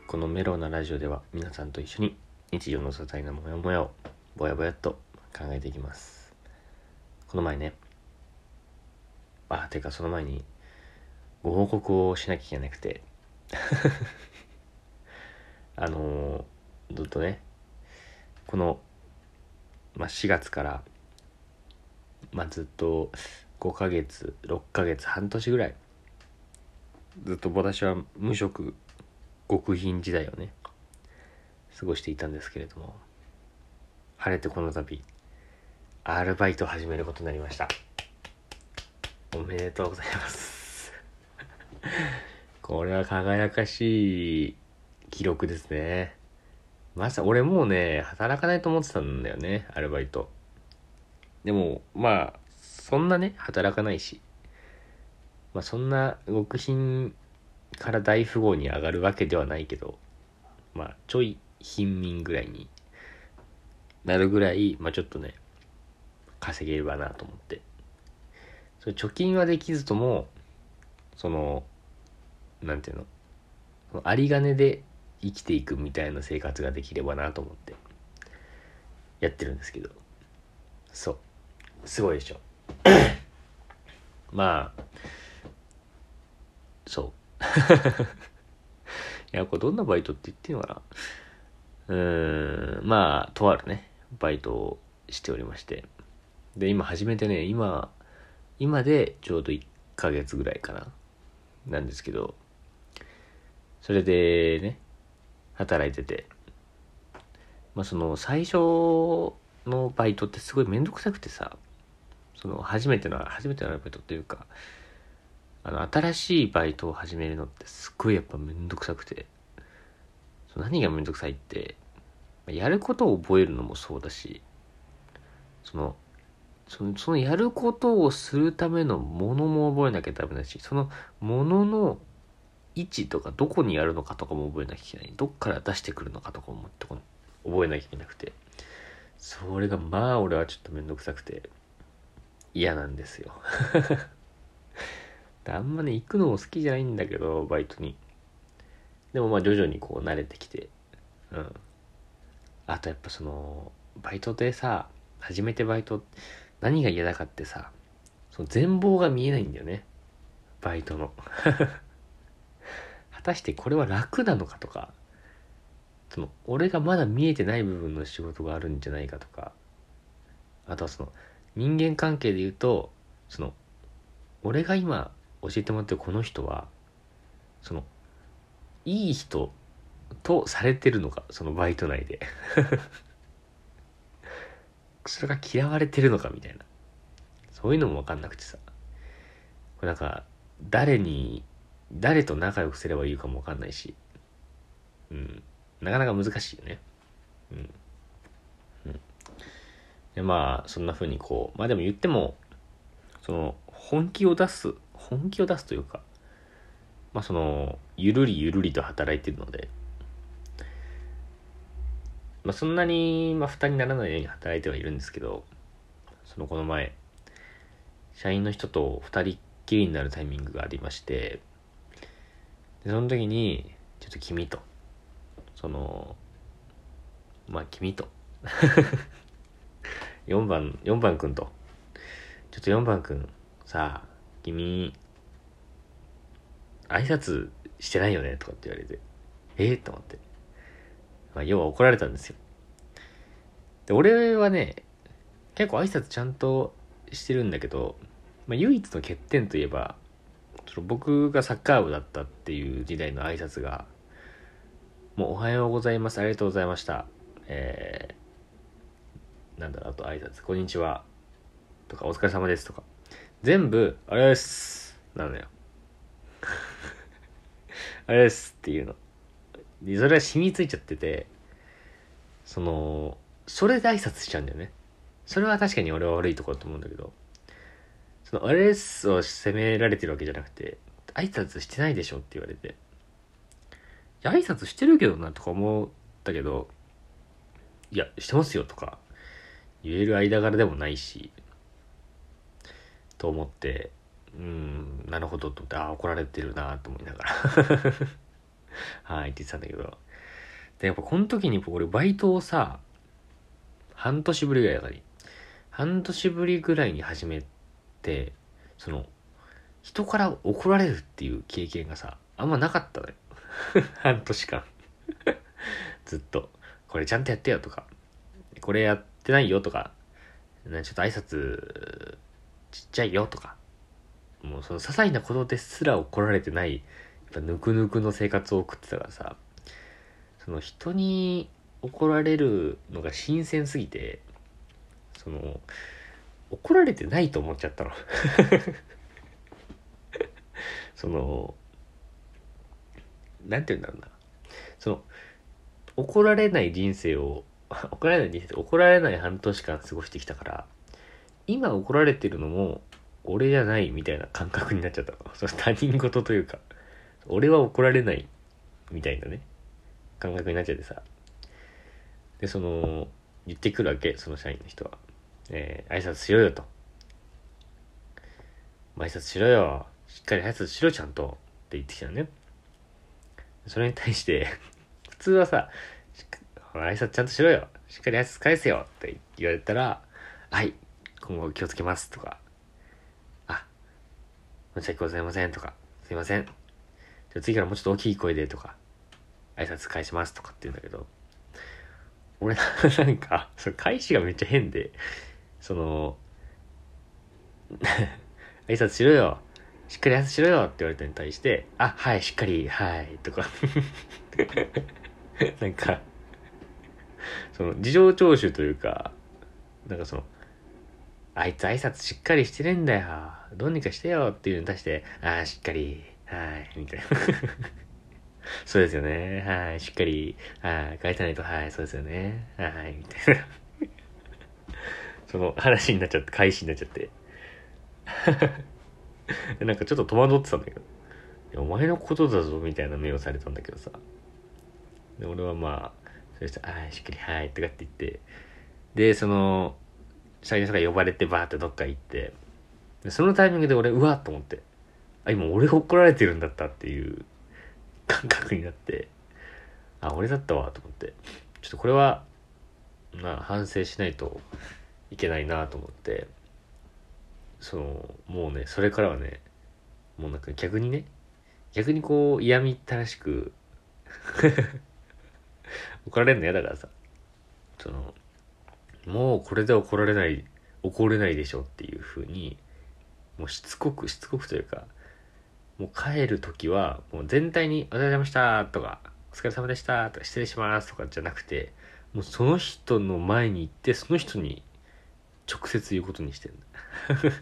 このメロウなラジオでは皆さんと一緒に日常の些細なモヤモヤをぼやぼやっと考えていきます。この前ね、てかその前にご報告をしなきゃいけなくてずっとねこの、4月から、ずっと5ヶ月6ヶ月半年ぐらいずっと私は無職極貧時代をね過ごしていたんですけれども、晴れてこの度アルバイトを始めることになりました。おめでとうございますこれは輝かしい記録ですね。俺もうね働かないと思ってたんだよね、アルバイト。でもそんなね働かないし、そんな極貧から大富豪に上がるわけではないけど、ちょい貧民ぐらいになるぐらいちょっとね稼げればなと思って、それ貯金はできずともなんていうの、その有り金で生きていくみたいな生活ができればなと思ってやってるんですけど、そうすごいでしょそういやこれどんなバイトって言っていいのかな。とあるねバイトをしておりまして、で今始めてね今でちょうど1ヶ月ぐらいかななんですけど、それでね働いてて、その最初のバイトってすごいめんどくさくてさ、その初めてのアルバイトっていうか新しいバイトを始めるのってすっごいやっぱめんどくさくて、何がめんどくさいってやることを覚えるのもそうだし、そのやることをするためのものも覚えなきゃダメだし、そのものの位置とかどこにやるのかとかも覚えなきゃいけない、どっから出してくるのかとかも覚えなきゃいけなくて、それが俺はちょっとめんどくさくて嫌なんですよあんまね行くのも好きじゃないんだけどバイトに。でも徐々にこう慣れてきて、あとやっぱバイトでさ、初めてバイト何が嫌だかってさ、その全貌が見えないんだよねバイトの果たしてこれは楽なのかとか、俺がまだ見えてない部分の仕事があるんじゃないかとか、あとは人間関係で言うと、俺が今教えてもらってるこの人はいい人とされてるのか、そのバイト内でそれが嫌われてるのかみたいな、そういうのも分かんなくてさ、これ誰と仲良くすればいいかも分かんないし、なかなか難しいよね。でそんな風にでも言っても本気を出すというか、ゆるりゆるりと働いてるので、そんなに負担にならないように働いてはいるんですけど、この前社員の人と二人っきりになるタイミングがありまして、でその時にちょっと君と君と4番くんと、ちょっと4番くんさあ、君挨拶してないよねとかって言われて、と思って、要は怒られたんですよ。で俺はね結構挨拶ちゃんとしてるんだけど、唯一の欠点といえば僕がサッカー部だったっていう時代の挨拶がもうおはようございます、ありがとうございました、あと挨拶こんにちはとかお疲れ様ですとか全部あれですなのよあれですっていうので、それは染みついちゃってて、それで挨拶しちゃうんだよね。それは確かに俺は悪いところだと思うんだけど、あれですを責められてるわけじゃなくて、挨拶してないでしょって言われて、いや挨拶してるけどなとか思ったけど、いやしてますよとか言える間柄でもないしと思って、なるほどと思って、怒られてるなと思いながらはいって言ってたんだけど、でやっぱこの時に俺バイトをさ、半年ぶりぐらいだから半年ぶりぐらいに始めて、その人から怒られるっていう経験がさあんまなかったのよ半年間ずっとこれちゃんとやってよとか、これやってないよとか、ちょっと挨拶ちっちゃいよとか、もうその些細なことですら怒られてない、やっぱぬくぬくの生活を送ってたからさ、その人に怒られるのが新鮮すぎて、その怒られてないと思っちゃったのそのなんて言うんだろうな、その怒られない人生を怒られない半年間過ごしてきたから、今怒られてるのも俺じゃないみたいな感覚になっちゃったの。その他人事というか、俺は怒られないみたいなね感覚になっちゃってさ、でその言ってくるわけ、その社員の人は、挨拶しろよと、挨拶しろよ、しっかり挨拶しろちゃんとって言ってきたのね。それに対して普通はさ、挨拶ちゃんとしろよ、しっかり挨拶返せよって言われたら、はい、今後気をつけますとか、あ、申し訳ございませんとか、すいません、じゃあ次からもうちょっと大きい声でとか、挨拶返しますとかって言うんだけど、俺なんかその返しがめっちゃ変で、その挨拶しろよ、しっかり挨拶しろよって言われたのに対して、あ、はい、しっかり、はいとかなんかその事情聴取というか、なんかそのあいつ挨拶しっかりしてねえんだよ、どうにかしてよっていうのに対して、あ、しっかり、はいみたいなそうですよね、はい、しっかり、はい、書いてないと、はい、そうですよね、はいみたいなその話になっちゃって、開始になっちゃってなんかちょっと戸惑ってたんだけど、いやお前のことだぞみたいな目をされたんだけどさ、で俺はまあそれしたら、あ、しっかり、はいとかって言って、でその社員の人が呼ばれてバーってどっか行って、でそのタイミングで俺うわっと思って、あ、今俺怒られてるんだったっていう感覚になって、あ、俺だったわと思って、ちょっとこれはまあ反省しないといけないなと思って、そのもうね、それからはね、もうなんか逆にこう嫌みったらしく怒られるの嫌だからさ、そのもうこれで怒れないでしょっていう風に、もうしつこくというか、もう帰る時はもう全体にお疲れ様でしたとか、お疲れ様でしたとか、失礼しますとかじゃなくて、もうその人の前に行ってその人に直接言うことにしてるんだ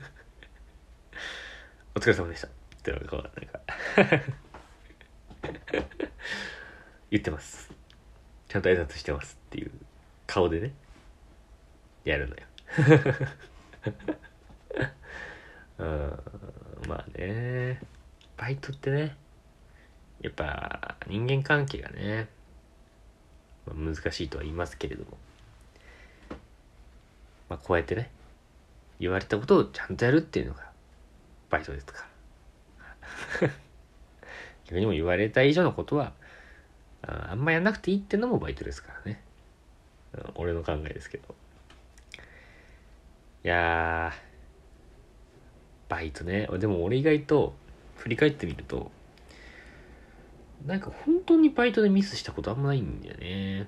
お疲れ様でしたってのがなんか言ってます、ちゃんと挨拶してますっていう顔でねやるのよまあね、バイトってね、やっぱ人間関係がね、難しいとは言いますけれども、こうやってね言われたことをちゃんとやるっていうのがバイトですから逆にも言われた以上のことはあんまやんなくていいってのもバイトですからね、俺の考えですけど。いやバイトね、でも俺意外と振り返ってみると、なんか本当にバイトでミスしたことあんまないんだよね。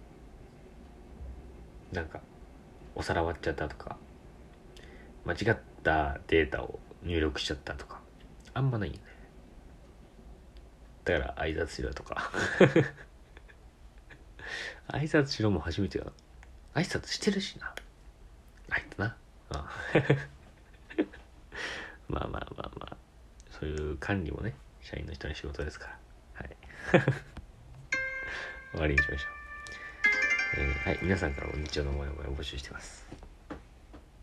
なんかお皿割っちゃったとか、間違ったデータを入力しちゃったとかあんまないよね。だから挨拶しろとか挨拶しろも初めてだな。挨拶してるしな、あいつなまあそういう管理もね社員の人の仕事ですから、はい終わりにしましょう。はい、皆さんからも日常のモヤモヤを募集してます。